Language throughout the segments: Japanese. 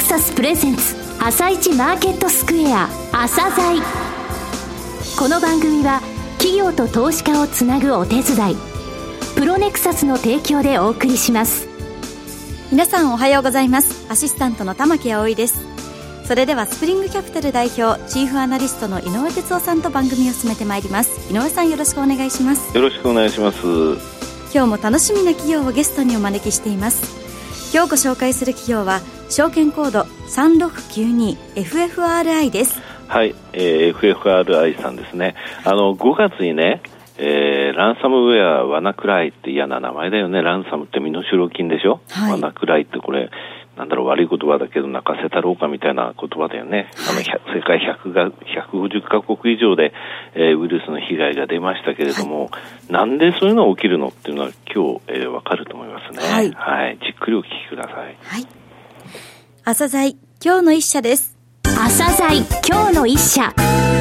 サスプレゼンツ朝市マーケットスクエア朝鮮。この番組は企業と投資家をつなぐお手伝いプロネクサスの提供でお送りします。 皆さんおはようございます。アシスタントの玉木葵です。それではスプリングキャピタル代表チーフアナリストの井上哲夫さんと番組を進めてまいります。井上さん、よろしくお願いします。 よろしくお願いします。 今日も楽しみな企業をゲストにお招きしています。今日ご紹介する企業は証券コード 3692FFRI です。 はい、FFRI さんですね。5月にね、ランサムウェアワナクライって嫌な名前だよね。ランサムって身代金でしょ、はい、ワナクライってこれなんだろう、悪い言葉だけど泣かせたろうかみたいな言葉だよね。世界150カ国以上で、ウイルスの被害が出ましたけれども、はい、なんでそういうのが起きるのっていうのは今日、わかると思いますね。はい、はい、じっくりお聞きください。 はい、朝鮮今日の一社です。 朝鮮今日の一社。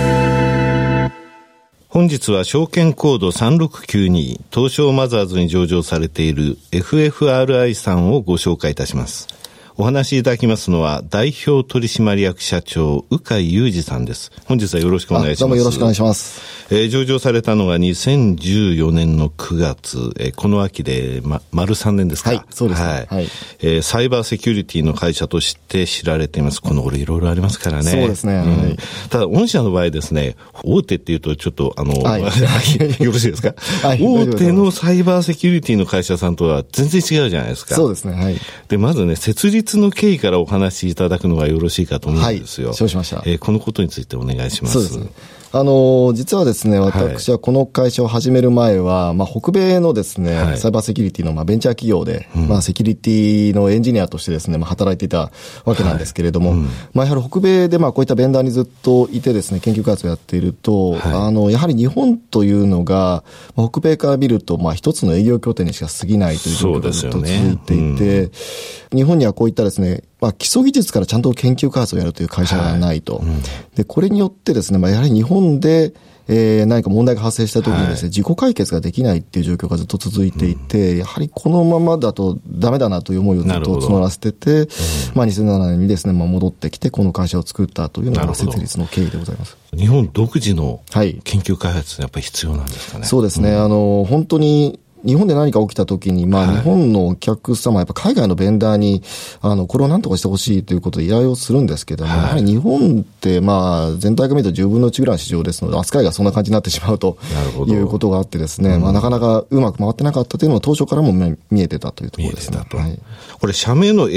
本日は証券コード3692東証マザーズに上場されている FFRI さんをご紹介いたします。お話しいただきますのは代表取締役社長鵜飼裕二さんです。本日はよろしくお願いします。 どうもよろしくお願いします。 上場されたのが2014年の9月、この秋で、丸3年ですか。 はい、そうです、ね。 はい。サイバーセキュリティの会社として知られています。この頃いろいろありますからね。 そうですね。はい、 ただ、御社の場合ですね、大手っていうとちょっとはい、よろしいですか。はい、大手のサイバーセキュリティの会社さんとは全然違うじゃないですか。 そうですね。はい。 で、まずね、設立の経緯からお話しいただくのがよろしいかと思うんですよ。 はい、そうしました。 このことについてお願いします。 そうですね。実はですね、私はこの会社を始める前は、北米のですね、はい、サイバーセキュリティのベンチャー企業で、セキュリティのエンジニアとしてですね、働いていたわけなんですけれども、やはり北米でこういったベンダーにずっといてですね、研究開発をやっていると、はい、やはり日本というのが、北米から見ると、一つの営業拠点にしか過ぎないという状況がずっと続いていて、日本にはこういったですね、基礎技術からちゃんと研究開発をやるという会社がないと。はい、で、これによってですね、やはり日本で、何か問題が発生したときにですね、自己解決ができないっていう状況がずっと続いていて、やはりこのままだとダメだなという思いをずっと募らせてて、2007年にですね、戻ってきてこの会社を作ったというのが設立の経緯でございます。 日本独自の研究開発やっぱり必要なんですかね。 そうですね。本当に日本で何か起きたときに、日本のお客様、やっぱ海外のベンダーに、これを何とかしてほしいということで依頼をするんですけども、やはり日本って、全体から見ると10分の1ぐらいの市場ですので、扱いがそんな感じになってしまうということがあってですね、なかなかうまく回ってなかったというのは当初からも見えてたというところですね。はい、 これ、社名の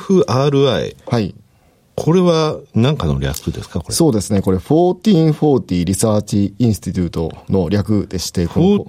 FFRI。 はい。 これは何かの略ですか、これ。 そうですね。これ、1440リサーチインスティテュートの略でして。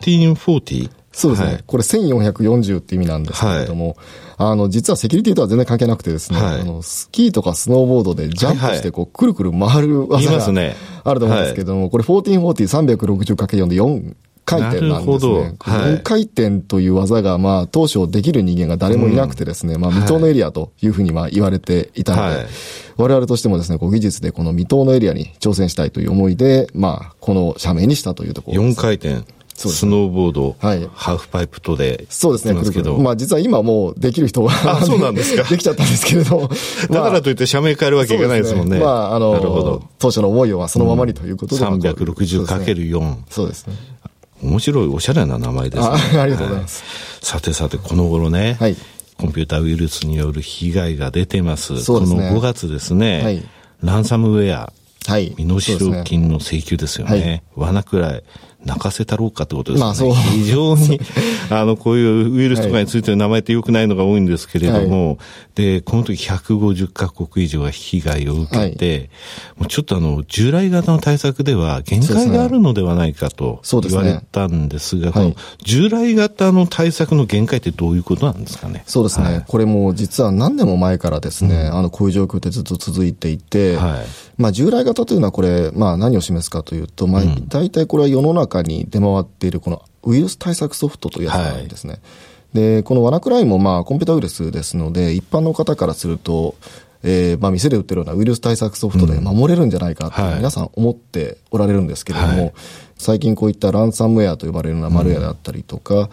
1440？ そうですね。はい、これ1440って意味なんですけれども、はい、実はセキュリティとは全然関係なくてですね、はい、スキーとかスノーボードでジャンプしてくるくる回る技があると思うんですけども、これ1440-360×4 で4回転なんですね。4回転という技が、当初できる人間が誰もいなくてですね、未踏のエリアというふうに言われていたので、我々としてもですね、技術でこの未踏のエリアに挑戦したいという思いで、この社名にしたというところです。 4回転。スノーボード、はい、ハーフパイプとで。 そうですね。実は今もうできる人はそうなんですか。 できちゃったんですけれども。 だからといって社名変えるわけいかないですもんね。 なるほど。当初の思いはそのままにということで。 360×4。 そうですね。 面白いおしゃれな名前ですね。 ありがとうございます。 さて、この頃ね、はい、コンピューターウイルスによる被害が出てます。 そうですね。 この5月ですね、はい、ランサムウェア、 はい、 身代金の請求ですよね。ワナクライ。泣かせたろうかってことですね。非常に、こういうウイルスとかについての名前って良くないのが多いんですけれども、はい、で、この時150カ国以上が被害を受けて、もうちょっと従来型の対策では限界があるのではないかと言われたんですが、この従来型の対策の限界ってどういうことなんですかね。 そうですね。はい、これも実は何年も前からですね、こういう状況ってずっと続いていて、はい、従来型というのはこれ、何を示すかというと、大体これは世の中に出回っているこのウイルス対策ソフトというやつなんですね。はい、で、このワナクライもコンピュータウイルスですので、一般の方からすると、店で売ってるようなウイルス対策ソフトで守れるんじゃないかと皆さん思っておられるんですけれども、最近こういったランサムウェアと呼ばれるようなマルウェアであったりとか、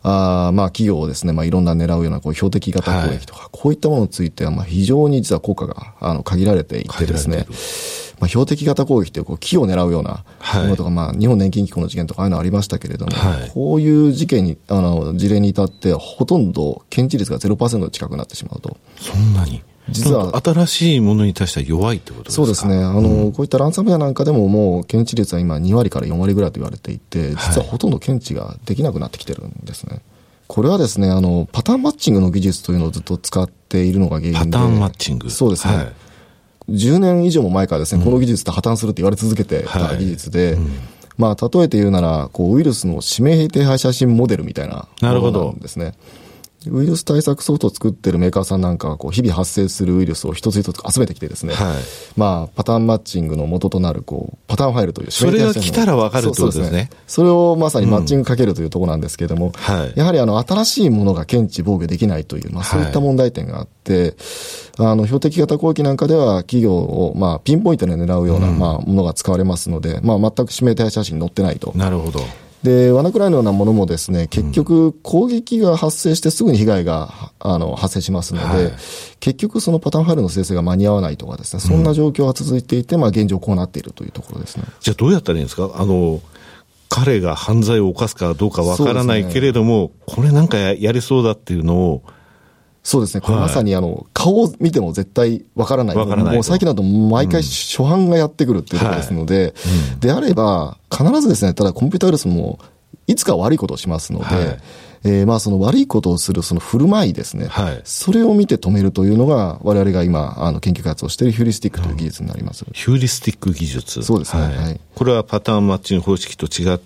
企業をですね、いろんな狙うようなこう標的型攻撃とか、こういったものについては非常に実は効果が限られていてですね、標的型攻撃ってこう企業を狙うようなものとか、日本年金機構の事件とかああいうのありましたけれども、こういう事例に至ってほとんど検知率が 0% 近くなってしまうと。 そんなに実は新しいものに対しては弱いってことですか？ そうですね。こういったランサムウェアなんかでももう検知率は今2割から4割ぐらいと言われていて、実はほとんど検知ができなくなってきてるんですね。これはですね、パターンマッチングの技術というのをずっと使っているのが原因で。 パターンマッチング。 そうですね。10年以上も前からですね、この技術って破綻するって言われ続けてた技術で、例えて言うなら、ウイルスの指名手配写真モデルみたいなものなんですね。ウイルス対策ソフトを作ってるメーカーさんなんかは日々発生するウイルスを一つ一つ集めてきてですね、パターンマッチングの元となるパターンファイルというそれが来たら分かるってことですね。 それをまさにマッチングかけるというところなんですけれども、やはり新しいものが検知防御できないという、そういった問題点があって、標的型攻撃なんかでは企業をピンポイントで狙うようなものが使われますので、全く指名手配写真に載ってないと。 なるほど。 で、ワナクライのようなものもですね、結局攻撃が発生してすぐに被害が発生しますので、結局そのパターンファイルの生成が間に合わないとかですね、そんな状況が続いていて、現状こうなっているというところですね。 じゃあどうやったらいいんですか？彼が犯罪を犯すかどうかわからないけれども、これなんかやりそうだっていうのを、 そうですね。これまさに顔を見ても絶対わからない。もう最近だと毎回初犯がやってくるっていうところですので、であれば必ずですね、ただコンピュータウイルスもいつか悪いことをしますので、その悪いことをするその振る舞いですね、それを見て止めるというのが我々が今研究開発をしているヒューリスティックという技術になります。 ヒューリスティック技術。 そうですね。 これはパターンマッチング方式と違って、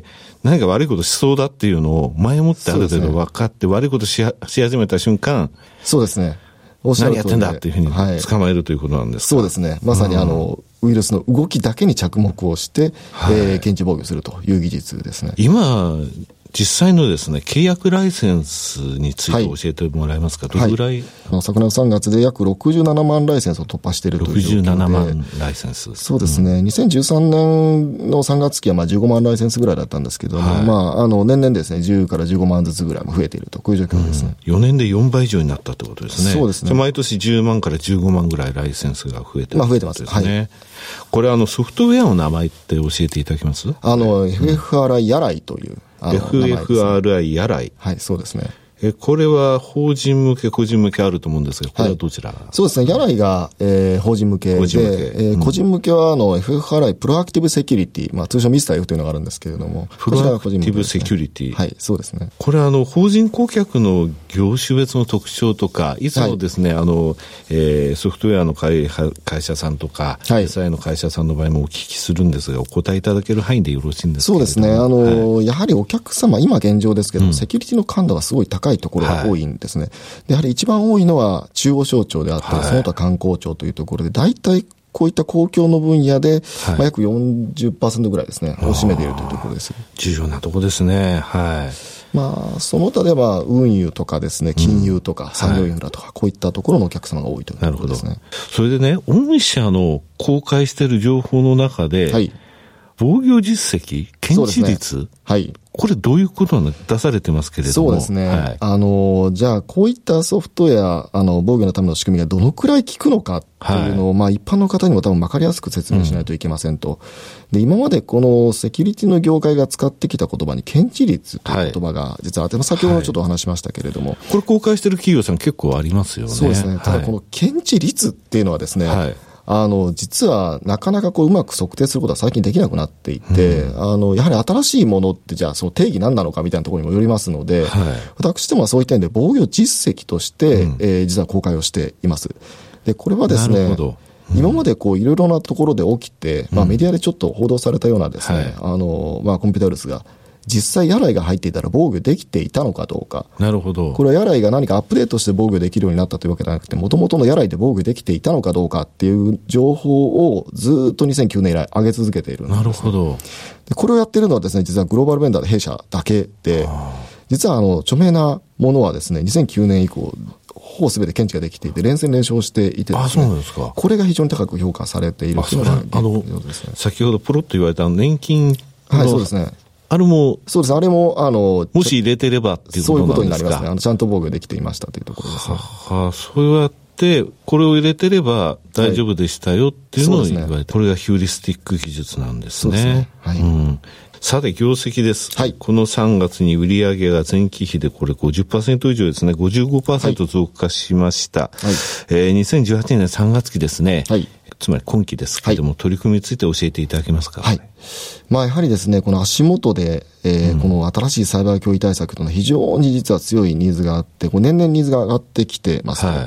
何か悪いことしそうだっていうのを前もってある程度分かって、悪いことし始めた瞬間、 そうですね。 何やってんだっていうふうに捕まえるということなんですか？ そうですね。まさにウイルスの動きだけに着目をして、検知防御するという技術ですね。 今、実際のですね、契約ライセンスについて教えてもらえますか？どれぐらい？ 昨年3月で約67万ライセンスを突破しているという状況で。 67万ライセンス。 そうですね。2013年の3月期は15万ライセンスぐらいだったんですけども、年々ですね、10から15万ずつぐらいも増えていると、こういう状況ですね。 4年で4倍以上になったってことですね。 そうですね。 毎年10万から15万ぐらいライセンスが増えてる。 増えてます。はい。 これソフトウェアの名前って教えていただけます？ FFRI やらいという。 FFRI やらい。 はい、そうですね。 これは法人向け、個人向けあると思うんですが、これはどちら？ そうですね。やらいが、法人向けで、個人向けはFFRI プロアクティブセキュリティ、通称ミスター F というのがあるんですけれども、 プロアクティブセキュリティ。 はい、そうですね。 これ法人顧客の業種別の特徴とか、いつもですね、ソフトウェアの会社さんとか、SI の会社さんの場合もお聞きするんですが、お答えいただける範囲でよろしいんですか？ そうですね。やはりお客様、今現状ですけども、セキュリティの感度がすごい高いところが多いんですね。でやはり一番多いのは中央省庁であったり、その他観光庁というところで、大体こういった公共の分野で、約 40% ぐらいですね、を占めているというところです。 重要なところですね。 その他では運輸とかですね、金融とか産業インフラとか、こういったところのお客様が多いというところですね。 それでね、御社の公開している情報の中で、防御実績、検知率、これどういうことなの？出されてますけれども。 そうですね。じゃあこういったソフトウェア、防御のための仕組みがどのくらい効くのかというのを、一般の方にも多分分かりやすく説明しないといけませんと。で、今までこのセキュリティの業界が使ってきた言葉に検知率という言葉が実はあって、先ほどちょっとお話しましたけれども。 これ公開している企業さん結構ありますよね。 そうですね。ただこの検知率っていうのはですね、実はなかなかうまく測定することは最近できなくなっていて、やはり新しいものってじゃあその定義何なのかみたいなところにもよりますので、私どもはそういった点で防御実績として、実は公開をしています。で、これはですね、今までいろいろなところで起きて、メディアでちょっと報道されたようなですね、コンピュータウイルスが実際やらいが入っていたら防御できていたのかどうか。 なるほど。 これはやらいが何かアップデートして防御できるようになったというわけではなくて、元々のやらいで防御できていたのかどうかっていう情報をずっと2009年以来上げ続けているんです。 なるほど。 でこれをやっているのはですね、実はグローバルベンダーで弊社だけで、実は著名なものはですね、2009年以降、ほぼ全て検知ができていて、連戦連勝していてですね、 そうなんですか。 これが非常に高く評価されているというのが現状ですね。 先ほどポロッと言われた年金の、 そうですね。 あれも、 そうです。あれも、 もし入れてればっていうことなんですか？そういうことになりますね。ちゃんと防御できていましたというところです。 そうやって、これを入れてれば大丈夫でしたよっていうのを言われて、これがヒューリスティック技術なんですね。そうですね。はい。さて、業績です。はい。この3月に売上が前期比でこれ 50% 以上ですね。55% 増加しました。はい。2018年3月期ですね。はい。つまり今期ですけれども、取り組みについて教えていただけますか？はい。 やはりですね、この足元で、この新しいサイバー脅威対策というのは非常に実は強いニーズがあって、年々ニーズが上がってきてます。はい。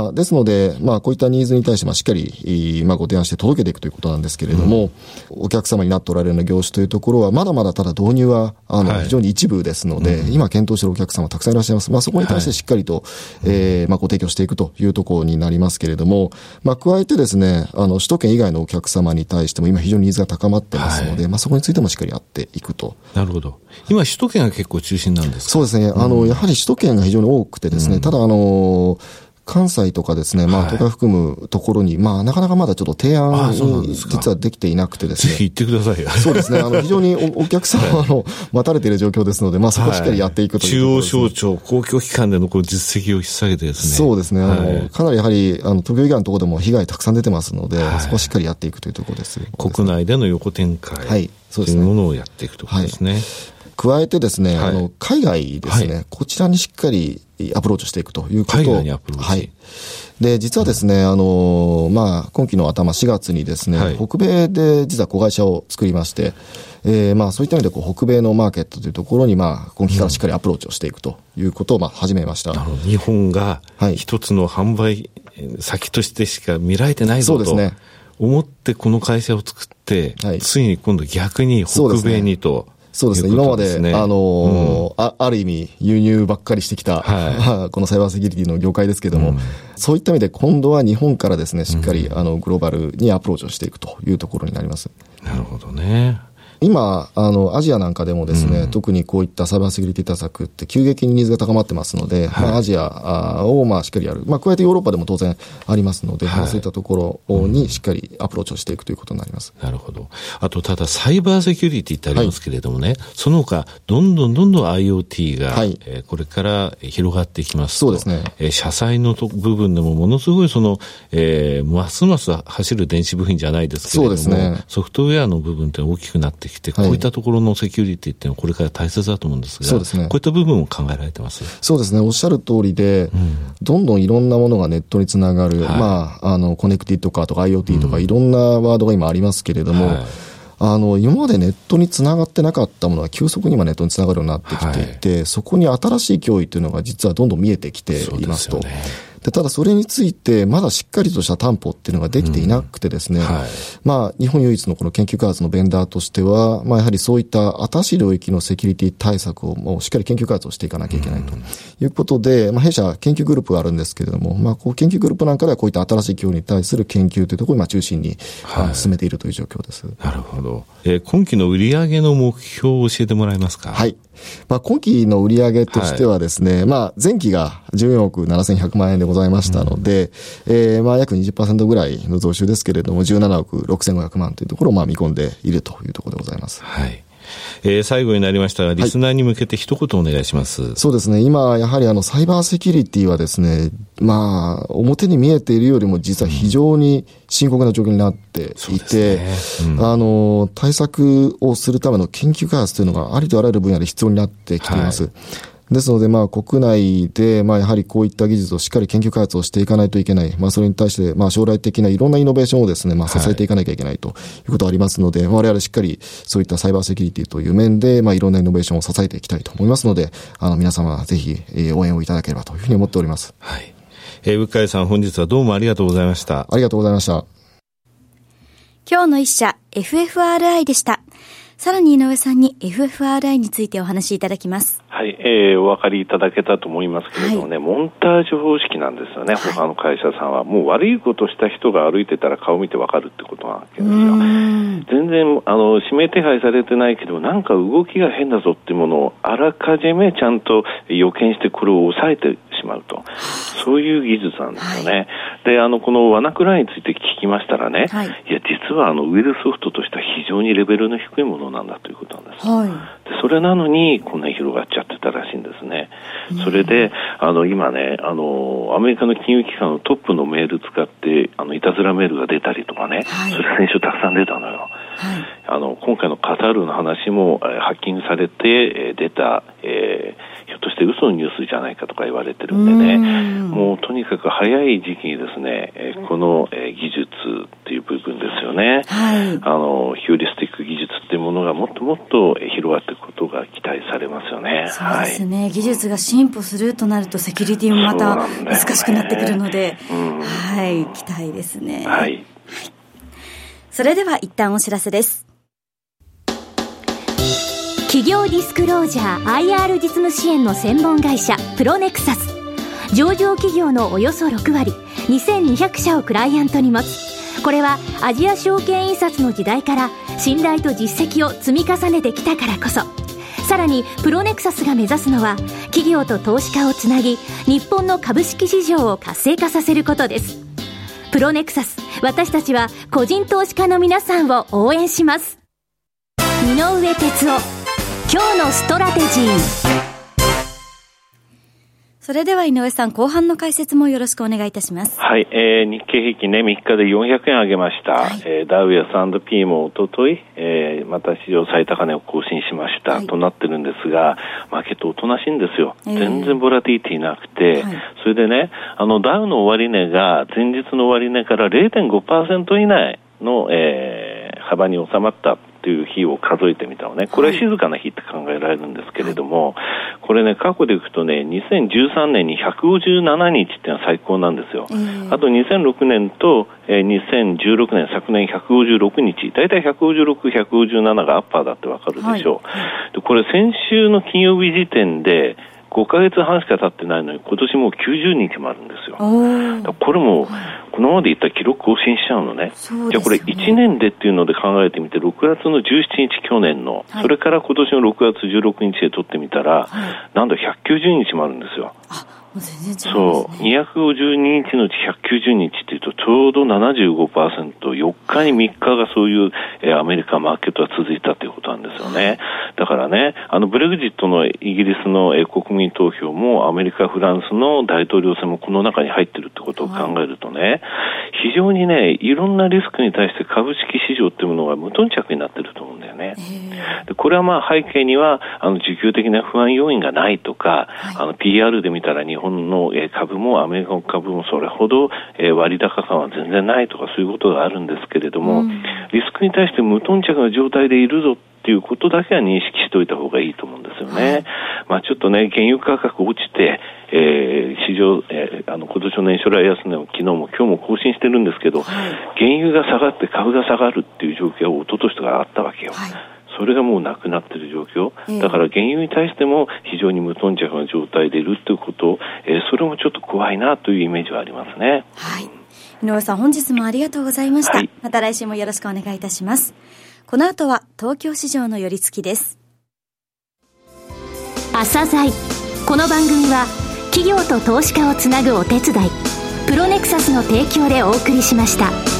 ですので、こういったニーズに対してしっかり、ご提案して届けていくということなんですけれども、お客様になっておられるような業種というところは、まだまだただ導入は、非常に一部ですので、今検討しているお客様たくさんいらっしゃいます。そこに対してしっかりと、ご提供していくというところになりますけれども、加えてですね、首都圏以外のお客様に対しても今非常にニーズが高まってますので、そこについてもしっかりやっていくと。 なるほど。今首都圏が結構中心なんですか？ そうですね。やはり首都圏が非常に多くてですね、ただ関西とかですね、東海含むところに、なかなかまだちょっと提案実はできていなくてですね。 ぜひ言ってくださいよ。 そうですね。非常にお客様待たれている状況ですので、そこをしっかりやっていくというところです、 中央省庁、公共機関での実績を引っ提げてですね。 そうですね。かなりやはり、東京以外のところでも被害たくさん出てますので、そこをしっかりやっていくというところです。 国内での横展開。はい。そうですね。というものをやっていくということですね。 加えてですね、海外ですね、こちらにしっかりアプローチしていくということを。 海外にアプローチ。はい。 で、実はですね、今期の頭4月にですね、北米で実は子会社を作りまして、そういった意味で北米のマーケットというところに今期からしっかりアプローチをしていくということを始めました。 日本が一つの販売先としてしか見られてないぞと思ってこの会社を作って、ついに今度逆に北米にと。 そうですね。今まで、ある意味、輸入ばっかりしてきた、このサイバーセキュリティの業界ですけども、そういった意味で今度は日本からですね、しっかり、グローバルにアプローチをしていくというところになります。 なるほどね。 今、アジアなんかでもですね、特にこういったサイバーセキュリティ対策って急激にニーズが高まってますので、アジアをしっかりやる。加えてヨーロッパでも当然ありますので、そういったところにしっかりアプローチをしていくということになります。 なるほど。あと、ただサイバーセキュリティってありますけれどもね、その他、どんどん IoT が、これから広がっていきますと。そうですね。車載の部分でもものすごいますます走る電子部品じゃないですけれども、そうですね。ソフトウェアの部分って大きくなってきて、こういったところのセキュリティっていうのはこれから大切だと思うんですが、そうですね。こういった部分も考えられてます？ そうですね。おっしゃる通りで、どんどんいろんなものがネットにつながる、コネクティッドカーとか IoT とかいろんなワードが今ありますけれども、今までネットにつながってなかったものが急速に今ネットにつながるようになってきていて、そこに新しい脅威というのが実はどんどん見えてきていますと。でただそれについてまだしっかりとした担保っていうのができていなくてですね、日本唯一のこの研究開発のベンダーとしては、やはりそういった新しい領域のセキュリティ対策をもうしっかり研究開発をしていかなきゃいけないということで、弊社研究グループがあるんですけれども、こう研究グループなんかではこういった新しい脅威に対する研究というところを中心に、進めているという状況です。 なるほど。今期の売上の目標を教えてもらえますか？ はい。今期の売上としてはですね、前期が14億7100万円でございましたので、約 20% ぐらいの増収ですけれども、17億6500万というところを見込んでいるというところでございます。 はい。最後になりましたが、リスナーに向けて一言お願いします。 そうですね。今、やはりサイバーセキュリティはですね、表に見えているよりも実は非常に深刻な状況になっていて、対策をするための研究開発というのがありとあらゆる分野で必要になってきています。ですので、国内で、やはりこういった技術をしっかり研究開発をしていかないといけない。それに対して、将来的ないろんなイノベーションをですね、支えていかなきゃいけないということがありますので、我々しっかりそういったサイバーセキュリティという面で、いろんなイノベーションを支えていきたいと思いますので、皆様ぜひ、応援をいただければというふうに思っております。 はい。鵜飼さん、本日はどうもありがとうございました。 ありがとうございました。 今日の一社、FFRI でした。さらに井上さんに FFRI についてお話しいただきます。 はい、お分かりいただけたと思いますけれどもね、モンタージュ方式なんですよね、他の会社さんは。もう悪いことした人が歩いてたら顔見て分かるってことなわけですよ。全然指名手配されてないけど、なんか動きが変だぞっていうものをあらかじめちゃんと予見してこれを抑えてしまうと、そういう技術なんですよね。 で、このワナクライについて聞きましたらね、いや、実はウイルスソフトとしては非常にレベルの低いものなんだということなんです。でそれなのに、こんなに広がっちゃってたらしいんですね。それで、今ね、アメリカの金融機関のトップのメール使って、いたずらメールが出たりとかね、それ先週たくさん出たのよ。今回のカタールの話も、ハッキングされて、出た、ひょっとして嘘のニュースじゃないかとか言われてるんでね、もうとにかく早い時期にですね、この、技術っていう部分ですよね、ヒューリスティック技術っていうものがもっともっと広がっていくことが期待されますよね。 そうですね、技術が進歩するとなるとセキュリティもまた難しくなってくるので、期待ですね。それでは一旦お知らせです。 企業ディスクロージャー IR 実務支援の専門会社プロネクサス。上場企業のおよそ6割、2200社をクライアントに持つ。これはアジア証券印刷の時代から信頼と実績を積み重ねてきたからこそ。さらにプロネクサスが目指すのは企業と投資家をつなぎ、日本の株式市場を活性化させることです。プロネクサス、私たちは個人投資家の皆さんを応援します。井上哲夫、今日のストラテジー。 それでは井上さん、後半の解説もよろしくお願いいたします。 日経平均ね、3日で400円上げました。ダウや S&P もおととい、また史上最高値を更新しました、となってるんですが、マーケットおとなしいんですよ。全然ボラティティなくて、それでね、ダウの終値が前日の終値から 0.5% 以内の、幅に収まったという日を数えてみたのね。これは静かな日って考えられるんですけれども、これね、過去でいくとね、2013年に157日っていうのは最高なんですよ。あと2006年と、2016年、昨年156日、だいたい156、157がアッパーだってわかるでしょう。でこれ先週の金曜日時点で5ヶ月半しか経ってないのに、今年もう90日もあるんですよ。これも、このままでいったら記録更新しちゃうのね。じゃあこれ1年でっていうので考えてみて、6月の17日去年の、それから今年の6月16日で取ってみたら、なんだ190日もあるんですよ。 全然違うんですね。 そう、252日のうち190日っていうとちょうど 75%、4日に3日がそういう、アメリカマーケットが続いたということなんですよね。だからね、ブレグジットのイギリスの、国民投票もアメリカ、フランスの大統領選もこの中に入ってるってことを考えるとね、非常にね、いろんなリスクに対して株式市場っていうものが無頓着になってると思うんだよね。でこれはまあ背景には需給的な不安要因がないとか、PR で見たら日本の株もアメリカの株もそれほど割高感は全然ないとか、そういうことがあるんですけれども、リスクに対して無頓着な状態でいるぞっていうことだけは認識しておいた方がいいと思うんですよね。まあちょっとね、原油価格落ちて、市場、今年の年初来安値を昨日も今日も更新してるんですけど、原油が下がって株が下がるっていう状況を一昨年とかあったわけよ。それがもうなくなっている状況、だから原油に対しても非常に無頓着な状態でいるということ、それもちょっと怖いなというイメージはありますね。 井上さん、本日もありがとうございました。また来週もよろしくお願いいたします。この後は東京市場の寄り付きです。 朝鮮。この番組は企業と投資家をつなぐお手伝い、プロネクサスの提供でお送りしました。